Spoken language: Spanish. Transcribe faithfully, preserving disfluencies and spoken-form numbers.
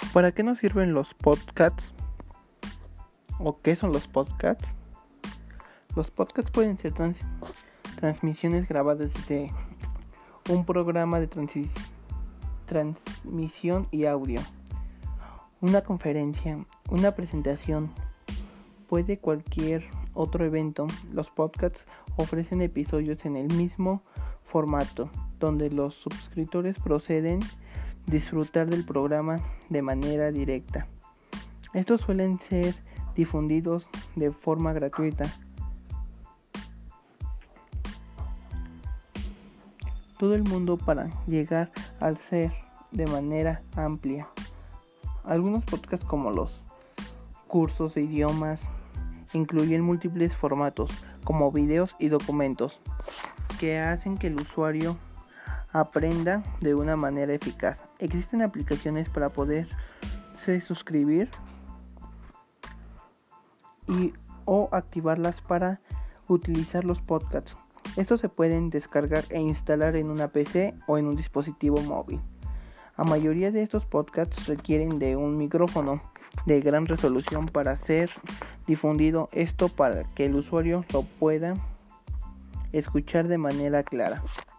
¿Para qué nos sirven los podcasts? ¿O qué son los podcasts? Los podcasts pueden ser trans- transmisiones grabadas desde un programa de transi- transmisión y audio, una conferencia, una presentación, puede cualquier otro evento. Los podcasts ofrecen episodios en el mismo formato, donde los suscriptores proceden disfrutar del programa de manera directa. Estos suelen ser difundidos de forma gratuita. Todo el mundo para llegar al ser de manera amplia. Algunos podcasts como los cursos de idiomas incluyen múltiples formatos como videos y documentos que hacen que el usuario aprenda de una manera eficaz. Existen aplicaciones para poderse suscribir y o activarlas para utilizar los podcasts. Estos se pueden descargar e instalar en una P C o en un dispositivo móvil. La mayoría de estos podcasts requieren de un micrófono de gran resolución para ser difundido, esto para que el usuario lo pueda escuchar de manera clara.